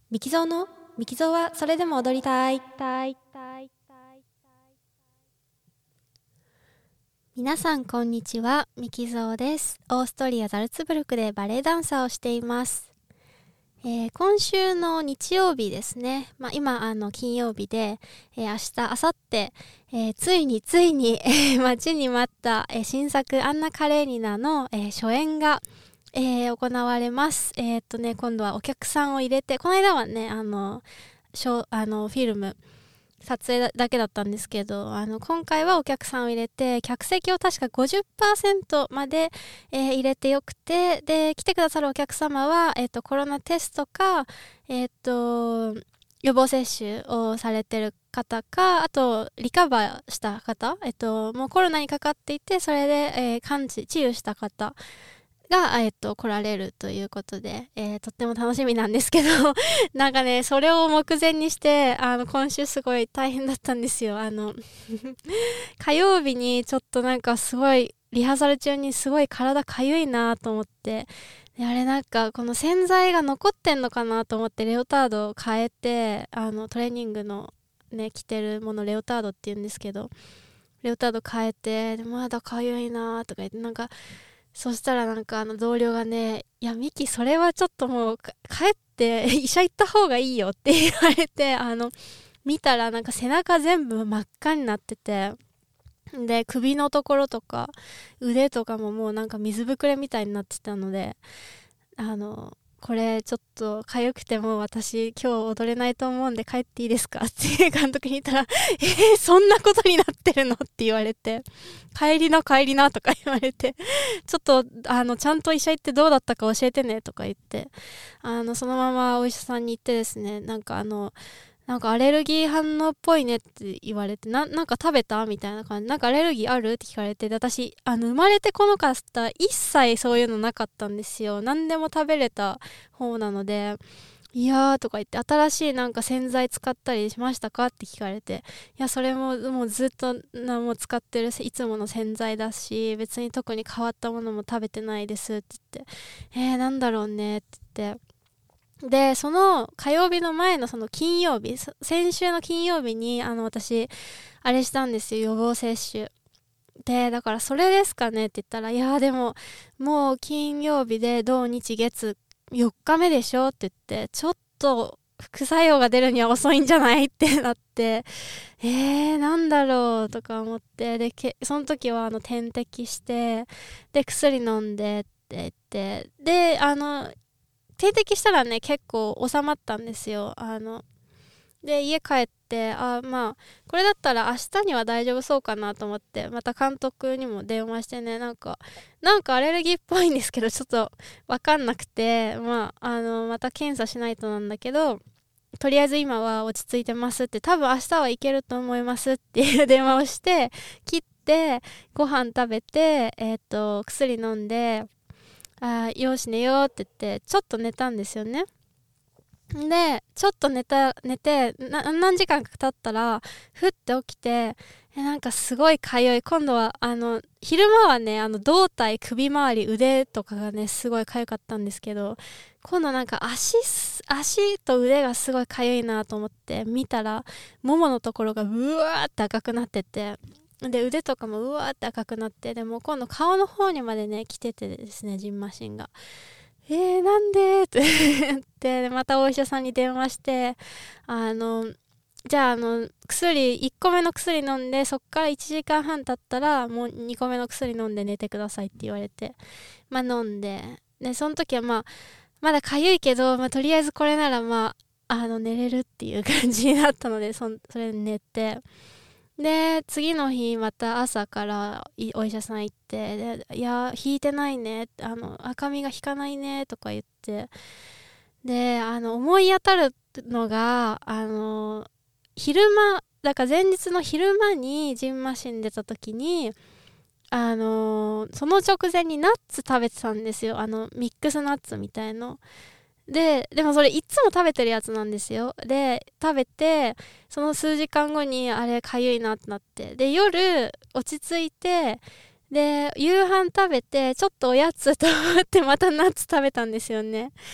ミキゾーのミキゾーはそれでも踊りたい。皆さんこんにちは、ミキゾーです。オーストリアザルツブルクでバレエダンサーをしています。今週の日曜日ですね、今金曜日で、明日明後日、ついに、待ちに待った、新作アンナ・カレーニナの、初演が行われます。今度はお客さんを入れて、この間はね、フィルム、撮影だけだったんですけど、今回はお客さんを入れて、客席を確か 50% まで、入れてよくて、で、来てくださるお客様は、コロナテストか、予防接種をされてる方か、あと、リカバーした方、もうコロナにかかっていて、それで、治癒した方、が、来られるということで、とっても楽しみなんですけどなんかね、それを目前にして、今週すごい大変だったんですよ。火曜日にちょっとなんかすごい、リハーサル中にすごい体かゆいなと思って、であれなんかこの洗剤が残ってんのかなと思ってレオタードを変えて、トレーニングのね、着てるものレオタードって言うんですけど、レオタード変えて、でまだかゆいなとか言って、なんか、そしたらなんか同僚がね、いやミキそれはちょっともう帰って医者行った方がいいよって言われて、見たらなんか背中全部真っ赤になってて、で首のところとか腕とかももうなんか水ぶくれみたいになってたので、これちょっと痒くても私今日踊れないと思うんで帰っていいですかって監督に言ったらそんなことになってるのって言われて、帰りなとか言われて、ちょっとちゃんと医者行ってどうだったか教えてねとか言って、そのままお医者さんに行ってですね、なんかアレルギー反応っぽいねって言われて、なんか食べたみたいな感じ。なんかアレルギーあるって聞かれて、で、私、生まれてこのかった一切そういうのなかったんですよ。何でも食べれた方なので、いやーとか言って、新しいなんか洗剤使ったりしましたかって聞かれて、いや、それももうずっともう使ってるいつもの洗剤だし、別に特に変わったものも食べてないですって言って、なんだろうねって言って、で、その火曜日の前のその金曜日、先週の金曜日に私、あれしたんですよ、予防接種。で、だからそれですかねって言ったら、いやでも、もう金曜日で土日月4日目でしょって言って、ちょっと副作用が出るには遅いんじゃないってなって、なんだろうとか思って、で、その時は点滴して、で、薬飲んでって言って、で、点滴したらね、結構収まったんですよ。で、家帰って、これだったら明日には大丈夫そうかなと思って、また監督にも電話してね、なんかアレルギーっぽいんですけど、ちょっとわかんなくて、また検査しないとなんだけど、とりあえず今は落ち着いてますって、多分明日はいけると思いますっていう電話をして、切って、ご飯食べて、薬飲んで、よーし寝ようって言って、ちょっと寝たんですよね。で、ちょっと寝て、何時間か経ったら、ふって起きて、なんかすごいかゆい。今度は、昼間はね、胴体、首周り、腕とかがね、すごいかゆかったんですけど、今度なんか足と腕がすごいかゆいなと思って、見たら、もものところがうわーって赤くなってて、で、腕とかもうわーって赤くなって、でも今度顔の方にまでね、来ててですね、ジンマシンが。なんでって言って、またお医者さんに電話して、じゃあ1個目の薬飲んで、そっから1時間半経ったら、もう2個目の薬飲んで寝てくださいって言われて、飲んで、で、その時はまだかゆいけど、とりあえずこれなら寝れるっていう感じになったので、それで寝て、で、次の日また朝からお医者さん行って、で、いや、引いてないね、赤みが引かないね、とか言って、で、思い当たるのが、昼間、だから前日の昼間にジンマシン出た時に、その直前にナッツ食べてたんですよ。ミックスナッツみたいの。でもそれいつも食べてるやつなんですよ。で、食べて、その数時間後にあれかゆいなってなって。で、夜落ち着いて、で、夕飯食べて、ちょっとおやつと思ってまたナッツ食べたんですよね。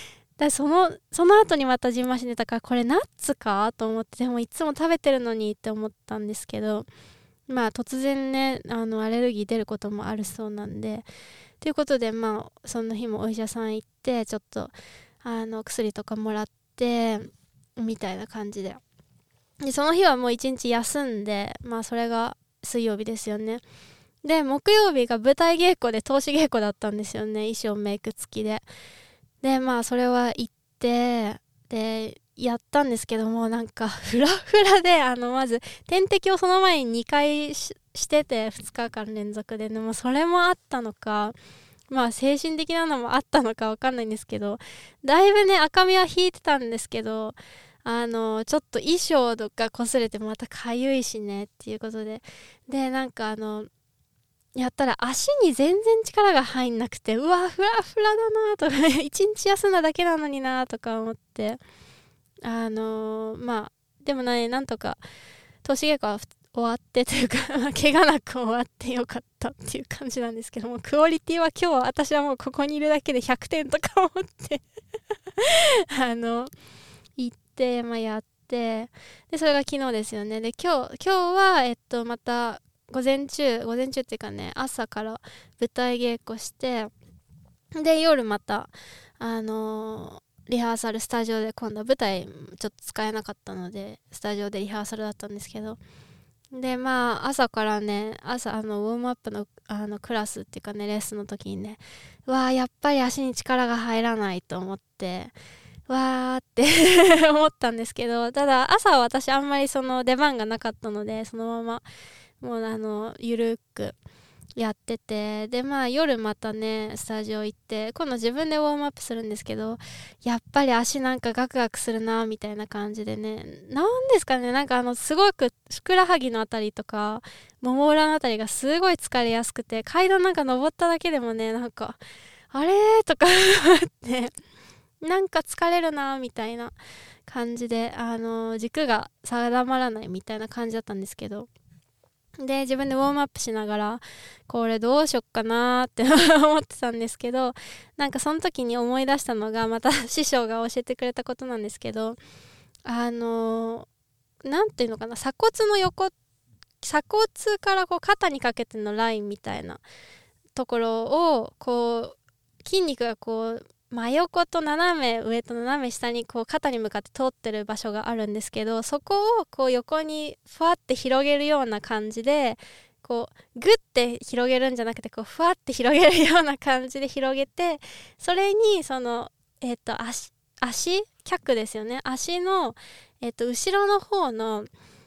その後にまたじんましんでたから、これナッツかと思って、でもいつも食べてるのにって思ったんですけど、まあ突然ねアレルギー出ることもあるそうなんで、ということでまあその日もお医者さん行って、ちょっと薬とかもらってみたいな感じで、その日はもう一日休んで、まあそれが水曜日ですよね。で木曜日が舞台稽古で通し稽古だったんですよね、衣装メイク付きで。でまあそれは行って、でやったんですけども、なんかフラフラで、まず点滴をその前に2回してて、2日間連続で、でもそれもあったのか、まあ精神的なのもあったのかわかんないんですけど、だいぶね赤みは引いてたんですけど、ちょっと衣装とか擦れてまたかゆいしねっていうことで、でなんかやったら足に全然力が入んなくて、うわフラフラだなとか一日休んだだけなのになとか思って、まあでもね、なんとか通し稽古は終わってというか怪我なく終わってよかったっていう感じなんですけども、クオリティは今日私はもうここにいるだけで100点とか思って行って、まあ、やって、でそれが昨日ですよね。で今日はまた午前中っていうかね、朝から舞台稽古して、で夜またリハーサルスタジオで、今度は舞台ちょっと使えなかったのでスタジオでリハーサルだったんですけど、でまあ朝からね、ウォームアップのクラスっていうかね、レッスンの時にね、やっぱり足に力が入らないと思って、わーって思ったんですけど、ただ朝は私あんまりその出番がなかったので、そのままもうゆるくやってて、でまあ夜またねスタジオ行って、今度自分でウォームアップするんですけど、やっぱり足なんかガクガクするなみたいな感じでね、なんですかね、なんかすごくふくらはぎのあたりとかもも裏のあたりがすごい疲れやすくて、階段なんか登っただけでもね、なんかあれーとかってなんか疲れるなみたいな感じで、軸が定まらないみたいな感じだったんですけど、で自分でウォームアップしながら、これどうしよっかなって思ってたんですけど、なんかその時に思い出したのが、また師匠が教えてくれたことなんですけど、なんていうのかな、鎖骨からこう肩にかけてのラインみたいなところを、こう筋肉がこう真横と斜め上と斜め下にこう肩に向かって通ってる場所があるんですけど、そこをこう横にふわって広げるような感じで、こうグッて広げるんじゃなくて、こうふわって広げるような感じで広げて、それにその足脚ですよね、足の後ろの方の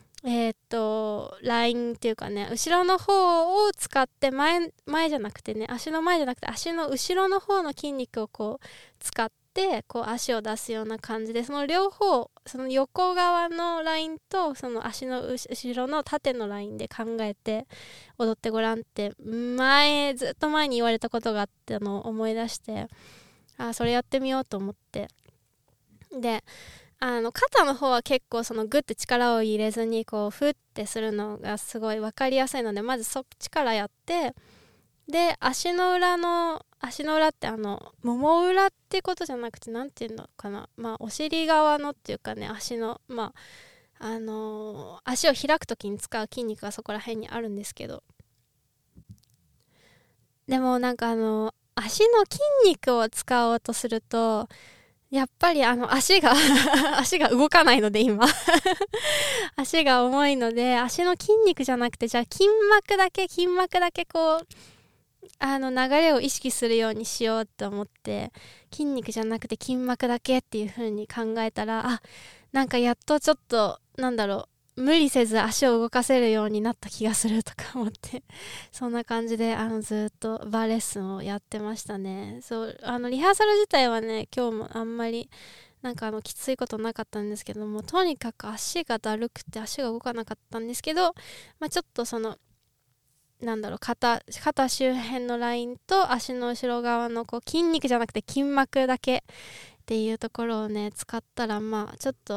ラインっていうかね、後ろの方を使って前じゃなくてね、足の前じゃなくて足の後ろの方の筋肉をこう使ってこう足を出すような感じで、その両方、その横側のラインとその足の後ろの縦のラインで考えて踊ってごらんってずっと前に言われたことがあったのを思い出して、それやってみようと思って、で肩の方は結構そのグッて力を入れずにこうフッてするのがすごい分かりやすいので、まずそっちからやって、で足の裏ってもも裏ってことじゃなくて、なんていうのかな、まあお尻側のっていうかね、足の足を開くときに使う筋肉がそこら辺にあるんですけど、でもなんか足の筋肉を使おうとすると、やっぱり足が足が動かないので今足が重いので、足の筋肉じゃなくて、じゃあ筋膜だけこう流れを意識するようにしようと思って、筋肉じゃなくて筋膜だけっていう風に考えたら、なんかやっとちょっと無理せず足を動かせるようになった気がするとか思ってそんな感じでずっとバーレッスンをやってましたね。そうリハーサル自体はね、今日もあんまりなんかきついことなかったんですけども、とにかく足がだるくて足が動かなかったんですけど、ちょっとその肩周辺のラインと足の後ろ側のこう筋肉じゃなくて筋膜だけっていうところをね使ったら、ちょっと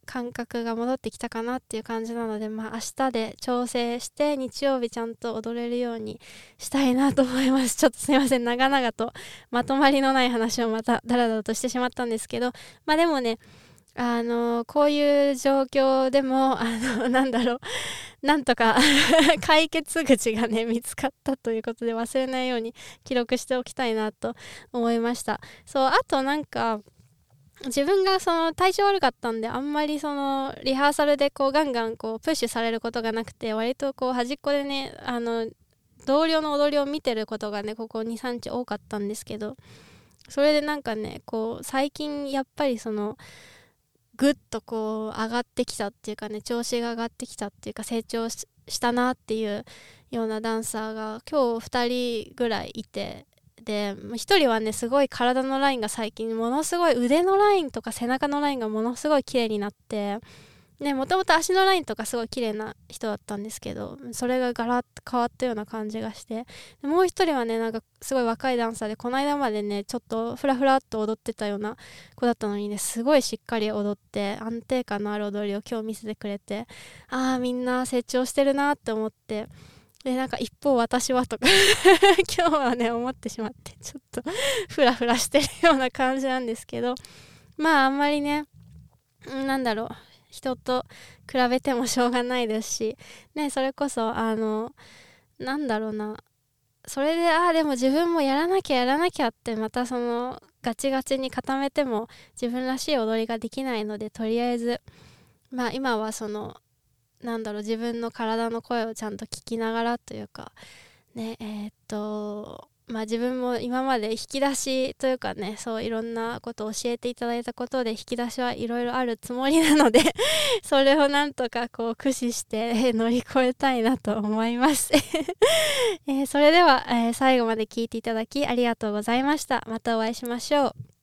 感覚が戻ってきたかなっていう感じなので、明日で調整して日曜日ちゃんと踊れるようにしたいなと思います。ちょっとすいません、長々とまとまりのない話をまたダラダラとしてしまったんですけど、でもね、こういう状況でもなんとか解決口がね見つかったということで、忘れないように記録しておきたいなと思いました。そう、あと自分がその体調悪かったんで、あんまりそのリハーサルでこうガンガンこうプッシュされることがなくて、割とこう端っこでね同僚の踊りを見てることがねここ 2,3 日多かったんですけど、それでこう最近やっぱりそのぐっとこう上がってきたっていうかね、調子が上がってきたっていうか、成長したなっていうようなダンサーが今日2人ぐらいいて、で1人はねすごい体のラインが最近ものすごい、腕のラインとか背中のラインがものすごい綺麗になってね、もともと足のラインとかすごい綺麗な人だったんですけど、それがガラッと変わったような感じがして、でもう一人はねすごい若いダンサーで、この間までねちょっとフラフラっと踊ってたような子だったのにね、すごいしっかり踊って安定感のある踊りを今日見せてくれて、みんな成長してるなって思って、で一方私はとか今日はね思ってしまって、ちょっとフラフラしてるような感じなんですけど、あんまりね人と比べてもしょうがないですしね、それこそそれででも自分もやらなきゃってまたそのガチガチに固めても自分らしい踊りができないので、とりあえず今はその自分の体の声をちゃんと聞きながらというかね、自分も今まで引き出しというかね、そういろんなことを教えていただいたことで引き出しはいろいろあるつもりなのでそれをなんとかこう駆使して乗り越えたいなと思いますそれでは、最後まで聞いていただきありがとうございました。またお会いしましょう。